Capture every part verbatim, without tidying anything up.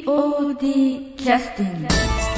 オーディー キャスティング。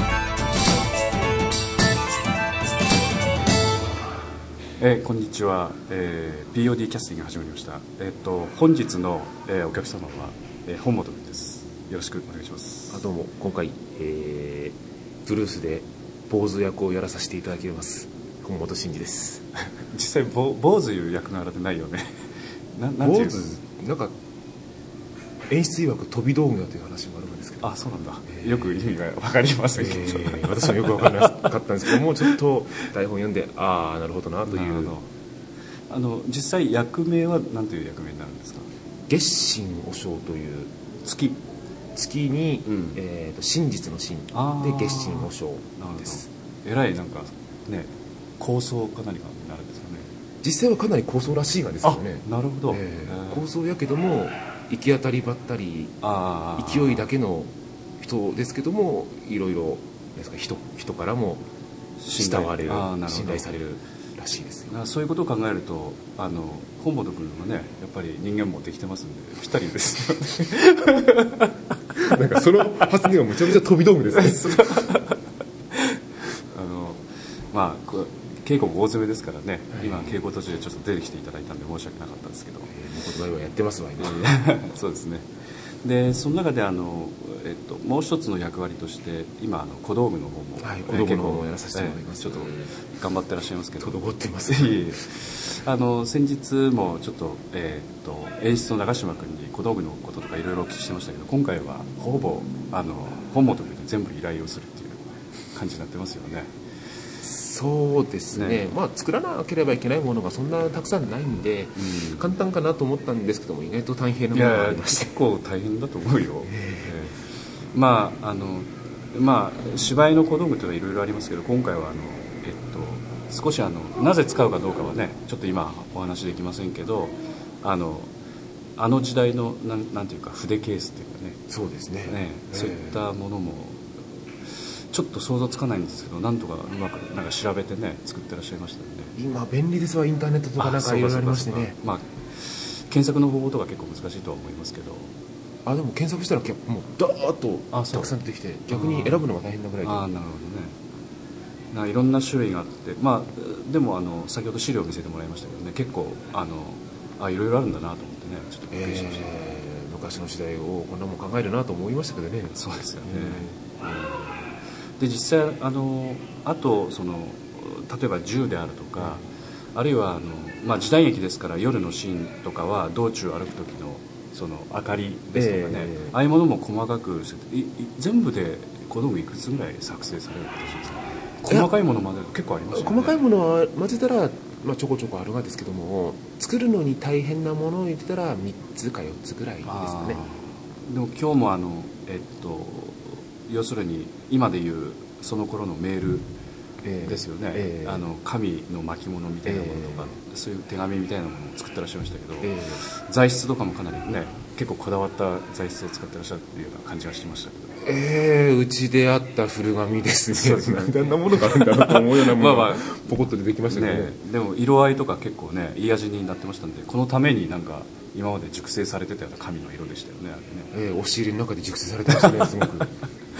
えー、こんにちは、えー、ピーオーディー キャスティングが始まりました。えー、と本日の、えー、お客様は、えー、本本君です。よろしくお願いします。 あどうも、今回、えー、ブルースで坊主役をやらさせていただきます本本真二です。 実際坊主いう役柄でないよね。ななんていう坊主なんか演出曰く飛び道具だという話もあるんですけど。 あ、そうなんだ、 えー、 よく意味が分かりませんけど、えー、私もよく分からなかったんですけどもちょっと台本読んでああなるほどなという。 あの実際役名は何という役名になるんですか？ 月神和尚という月月に、 うんえー、と真実の真で月神和尚です。 えらいなんかね構想か何かになるんですかね。 実際はかなり構想らしいがですよね。 なるほど、 えー、構想やけども行き当たりばったり勢いだけの人ですけどもいろいろですか 人, 人からも慕われる信頼されるらしいですよ。 そういうことを考えるとあの本本君はねやっぱり人間もできてますんでぴったりですよね。 なんかその発言はむちゃめちゃ飛び道具ですね。 あのまあ稽古大詰めですからね、はい、今稽古途中でちょっと出てきていただいたんで申し訳なかったんですけど、 えー、もう言葉はやってますわ今。 そうですね。でその中であの、えっと、もう一つの役割として今あの小道具の方も、 はい、小道具の方もやらさせてもらいます。 ちょっと頑張ってらっしゃいますけど滞ってます。 あの先日もちょっと、えー、っと演出の長嶋君に小道具のこととかいろいろお聞きしてましたけど今回はほぼあの本本君で全部依頼をするっていう感じになってますよね。 そうですね、ねまあ、作らなければいけないものがそんなたくさんないんで、うん、簡単かなと思ったんですけども意外と大変なものがありまして。 結構大変だと思うよ。えー、まああのまあ芝居の小道具というのはいろいろありますけど今回はあの、えっと、少しあのなぜ使うかどうかはねちょっと今お話できませんけどあのあの時代のなん、なんていうか筆ケースっていうかねそうですね、 ねそういったものもちょっと想像つかないんですけどなんとかうまくなんか調べてね作ってらっしゃいましたよね。 今便利ですわインターネットとかなんかいろいろありましてね。 まあ検索の方法とか結構難しいとは思いますけどあでも検索したらもうダーッとたくさん出てきて逆に選ぶのが大変なぐらいで。 ああなるほどね。なんかいろんな種類があってまあでもあの先ほど資料を見せてもらいましたけどね結構あのあいろいろあるんだなと思ってねちょっとびっくりしました、 えー、昔の時代をこんなもん考えるなと思いましたけどね。 そうですよね、うん、で実際あのあとその例えば銃であるとか、うん、あるいはあの、まあ、時代劇ですから夜のシーンとかは道中歩く時のその明かりですとかね、えー、ああいうものも細かくいい全部で小道具いくつぐらい作成される形ですか？細かいものまで結構ありますよね。 細かいものは混ぜたら、まあ、ちょこちょこあるがですけども作るのに大変なものを言ってたらみっつかよっつぐらいですかね。 でも今日もあの、えっと、要するに今でいうその頃のメールですよね、えー、あの紙の巻物みたいなものとか、えー、そういう手紙みたいなものを作ってらっしゃいましたけど、えー、材質とかもかなりね結構こだわった材質を使ってらっしゃるっていうような感じがしましたけど、 えー、うちであった古紙ですね。なんであんなものがあるんだろうと思うようなものがポコッと出てきましたけど ね, ねでも色合いとか結構ねいい味になってましたんでこのためになんか今まで熟成されてたような紙の色でしたよねあれね、 えー、押し入れの中で熟成されてましたねすごく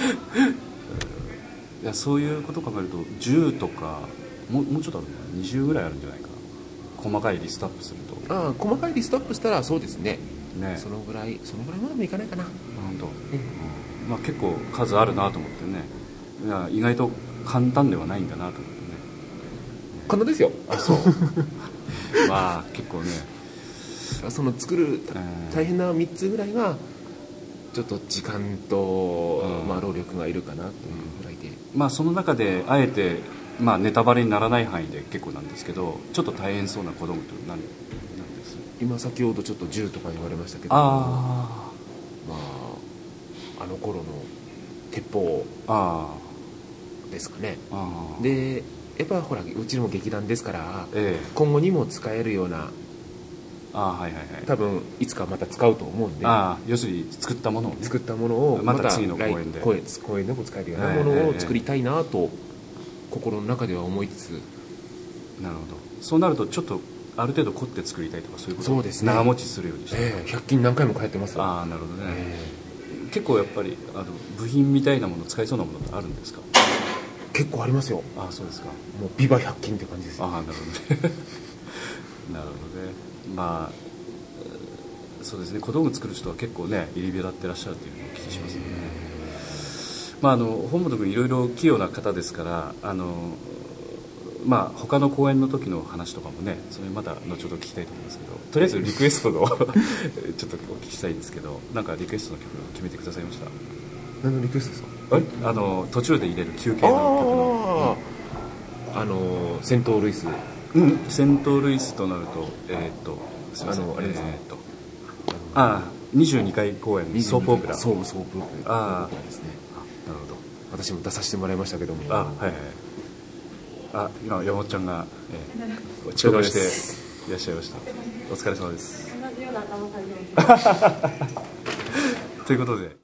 いやそういうことを考えるとじゅうとかも う, もうちょっとあるんだにじゅうぐらいあるんじゃないか細かいリストアップすると。 ああ細かいリストアップしたらそうです ね, ねそのぐらいそのぐらいまでもいかないかな。 本当、うんまあ、結構数あるなと思ってねいや意外と簡単ではないんだなと思ってね。 簡単ですよ。 あそうまあ結構ねその作る大変なみっつぐらいがちょっと時間と、まあ、労力がいるかなというぐらいで、 まあ、その中であえて、まあ、ネタバレにならない範囲で結構なんですけどちょっと大変そうな子供って何なんです？ 今先ほどちょっと銃とか言われましたけどあ、 まあ、あの頃の鉄砲ですかね。あでやっぱほらうちも劇団ですから、ええ、今後にも使えるようなあはいはいはい、 多分いつかまた使うと思うんであ要するに作ったものを、ね、 作ったものをまた次の公演で公演公演でも使えるようなものを作りたいなと心の中では思いつつ、 なるほど。そうなるとちょっとある程度凝って作りたいとかそういうこと。 そうですね、 長持ちするようにして、 えー、ひゃく均何回も通ってます。 ああなるほどね、えー結構やっぱりあの部品みたいなもの使いそうなものってあるんですか？ 結構ありますよ。 ああ、そうですか。 もうビバひゃっ均って感じですよ。 ああ、なるほどねなるほどね。まあそうですね、小道具作る人は結構ね入り浸ってらっしゃるというのをお聞きしますので、ね、まああの本本君いろいろ器用な方ですから、あのまあ他の公演の時の話とかもね、それまた後ほど聞きたいと思いますけど、とりあえずリクエストのちょっとお聞きしたいんですけど、なんかリクエストの曲を決めてくださいました？ 何のリクエストですか？ あの途中で入れる休憩の曲の、 あ、うん、あのセントルイス、 うん、セントルイスとなるとえー、っとすみません、あのあれですね、えー、っとああにじゅうにかい公演ソープオペラ、 ソープソープオペラ、ああですね。 なるほど。 私も出させてもらいましたけども、 あ、はいはい、あ、今山本ちゃんが、えー、遅刻していらっしゃいました。お疲れ様です。同じような頭されてますということで、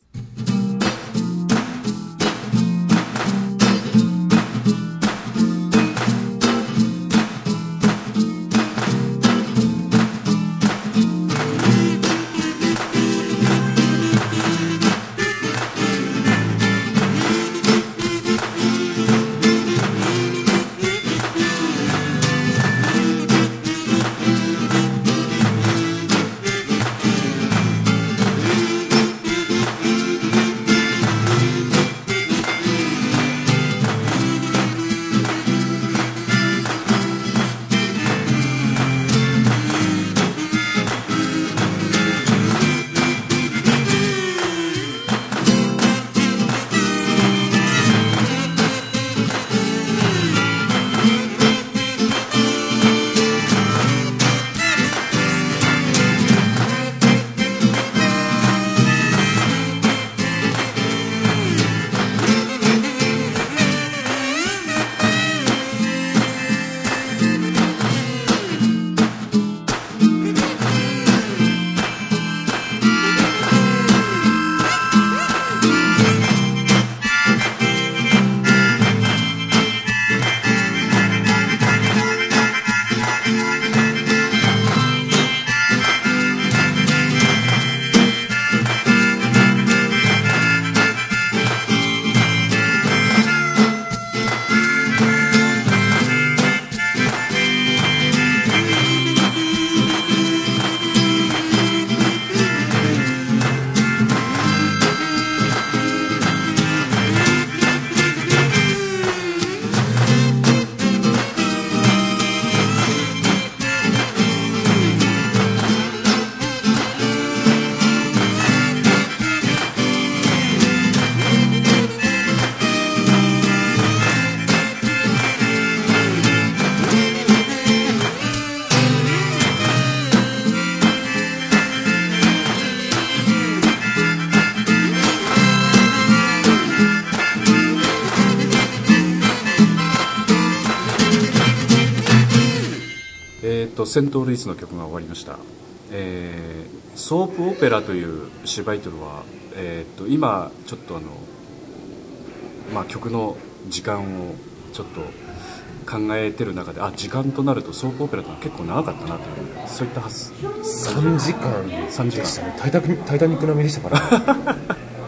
セントルイスの曲が終わりました。えー、ソープオペラという芝居というのは、えー、と今ちょっとあの、まあ、曲の時間をちょっと考えてる中で、あ、時間となるとソープオペラというのは結構長かったなという、そういった発さんじかんでしたね。タイタタイタニック並みでしたから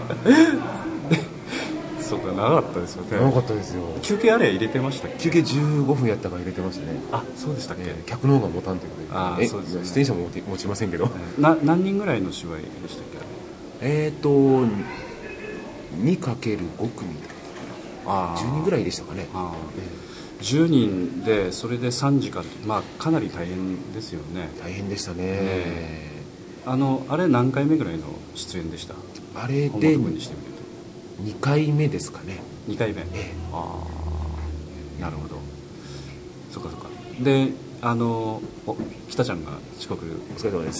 そうか、長かったですよね。 長かったですよ。 休憩あれ入れてましたっけ？ 休憩じゅうごふんやったから入れてましたね。 あ、そうでしたっけ？えー、客の方が持たんということで。 あ、そうですね、 自転車も持ち、持ちませんけど、 えー、な何人ぐらいの芝居でしたっけ？ えっ、ー、と にかけるご 組、あ、じゅうにんぐらいでしたかね。あ、 えー、じゅうにんでそれでさんじかん、まあ、かなり大変ですよね。 大変でしたね、 えー、あのあれ何回目ぐらいの出演でした？ あれでにかいめですかね。 にかいめ、 えー、 ああ、なるほど。そっかそっか。で、あのお北ちゃんが遅刻。 お疲れ様です。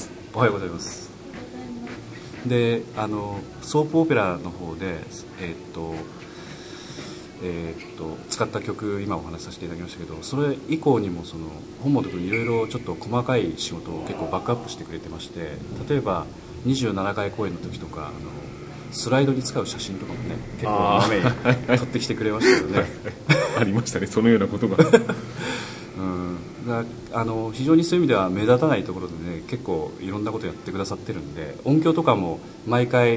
おはようございます。で、あのソープオペラの方で、えー、っとえー、っと使った曲今お話しさせていただきましたけど、それ以降にもその本本君いろいろちょっと細かい仕事を結構バックアップしてくれてまして、例えばにじゅうななかい公演の時とか、あのスライドに使う写真とかもね、結構まめに撮ってきてくれましたよねありましたね、そのようなことがうん、だあの非常にそういう意味では目立たないところでね、結構いろんなことやってくださってるんで、音響とかも毎回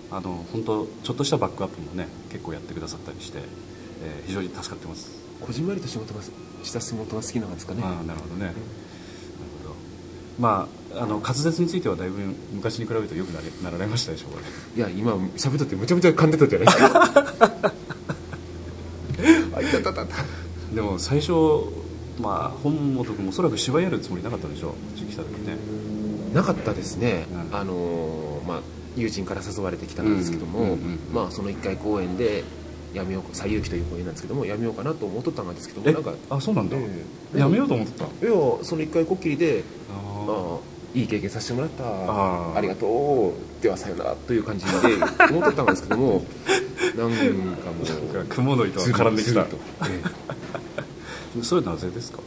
あの本当ちょっとしたバックアップもね結構やってくださったりして、えー、非常に助かってます。 こじんまりと仕事がした仕事が好きなんですかね。 あなるほどね、うん、なるほど。まああの滑舌についてはだいぶ昔に比べると良くなれなられましたでしょうかね。 いや今喋ったってむちゃむちゃ噛んでたじゃないですかあいたたたた。 でも最初まあ本本君もおそらく芝居やるつもりなかったでしょう、うち来た時ね。 なかったですね、 うん、 あのまあ友人から誘われてきたんですけども、うんうんうんうん、まあそのいっかい公演でやめよう、西遊記という公演なんですけどもやめようかなと思っとったんですけども、なんかあそうなんだ、えー、やめようと思ってた。 いやそのいっかいこっきりでああいい経験させてもらった、 あ, ありがとうではさよならという感じで思っとったんですけどもなんかもう雲の糸が絡んできたと、 えー、それはなぜですか。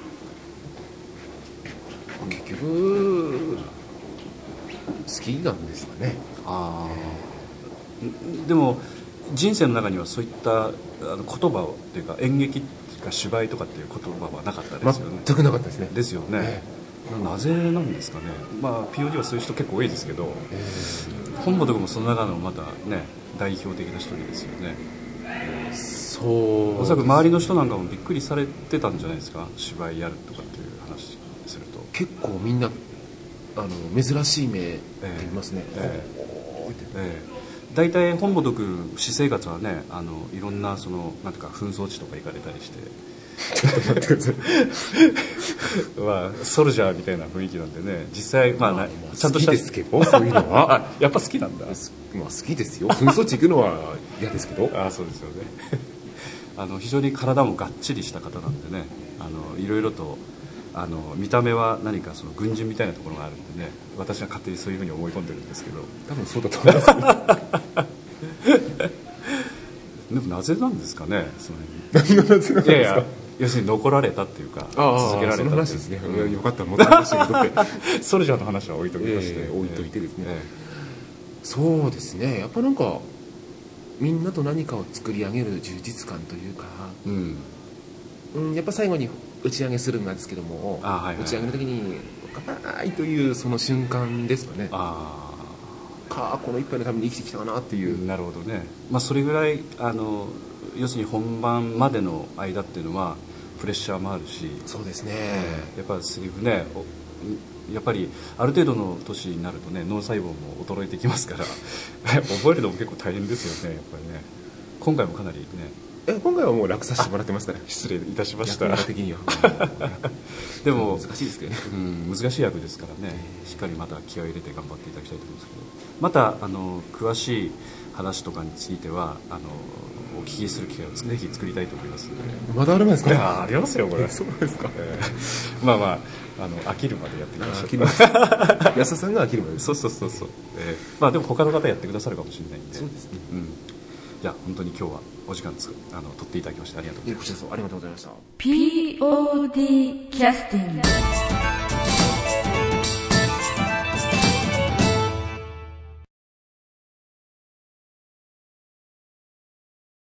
結局好きなんですかね。 あでも人生の中にはそういったあの言葉をっていうか演劇とか芝居とかっていう言葉はなかったですよね。 全くなかったですね。 ですよね、えー、なぜなんですかね。まあ ピーオーディー はそういう人結構多いですけど、えー、本本君もその中のまたね代表的な一人ですよね。そうおそらく周りの人なんかもびっくりされてたんじゃないですか、芝居やるとかっていう話すると。 結構みんなあの珍しい目って言いますね。えええええ、だいたい本本君私生活はねあのいろんなそのなんていうか紛争地とか行かれたりしてちょっと待ってくださいまあソルジャーみたいな雰囲気なんでね実際まあなちゃんとした好きですけどそういうのはやっぱ好きなんだ。まあ好きですよ。紛争地行くのは嫌ですけどあそうですよねあの非常に体もがっちりした方なんでねあのいろいろとあの見た目は何かその軍人みたいなところがあるんでね私は勝手にそういうふうに思い込んでるんですけど多分そうだと思いますでもなぜなんですかねその何がなぜなんですか。いやいや要するに残られたっていうか続けられたっていう。その話ですね、うん、よかったらもっと話してくださいソルジャーの話は置いときまして、 えー、置いといてですね、えー、そうですねやっぱなんかみんなと何かを作り上げる充実感というか、うんうん、やっぱ最後に打ち上げするんですけども、あ、はいはい、打ち上げの時に乾杯というその瞬間ですかね。あかこの一杯のために生きてきたかなっていう。 なるほどね、まあ、それぐらいあの要するに本番までの間っていうのはプレッシャーもあるし。 そうですね、 やっぱりセリフねやっぱりある程度の年になるとね脳細胞も衰えてきますから覚えるのも結構大変ですよねやっぱりね。今回もかなりねえ今回はもう楽させてもらってますから。 失礼いたしました。 役的にはでも難しいですけどね、 うん、難しい役ですからねしっかりまた気合を入れて頑張っていただきたいと思いますけどまたあの詳しい話とかについてはあのお聞きする機会をぜひ作りたいと思いますので。 まだあるんですか。 いやありますよこれ。 そうですか、 えー、まあまああの飽きるまでやっていきましょう。 安田さんが飽きるまで。 そうそうそうそう、えー、まあでも他の方やってくださるかもしれないんで。 そうですね、 うん、じゃあ本当に今日はお時間つあの取っていただきましてありがとうございました。 ありがとうございました。 ピーオーディー キャスティング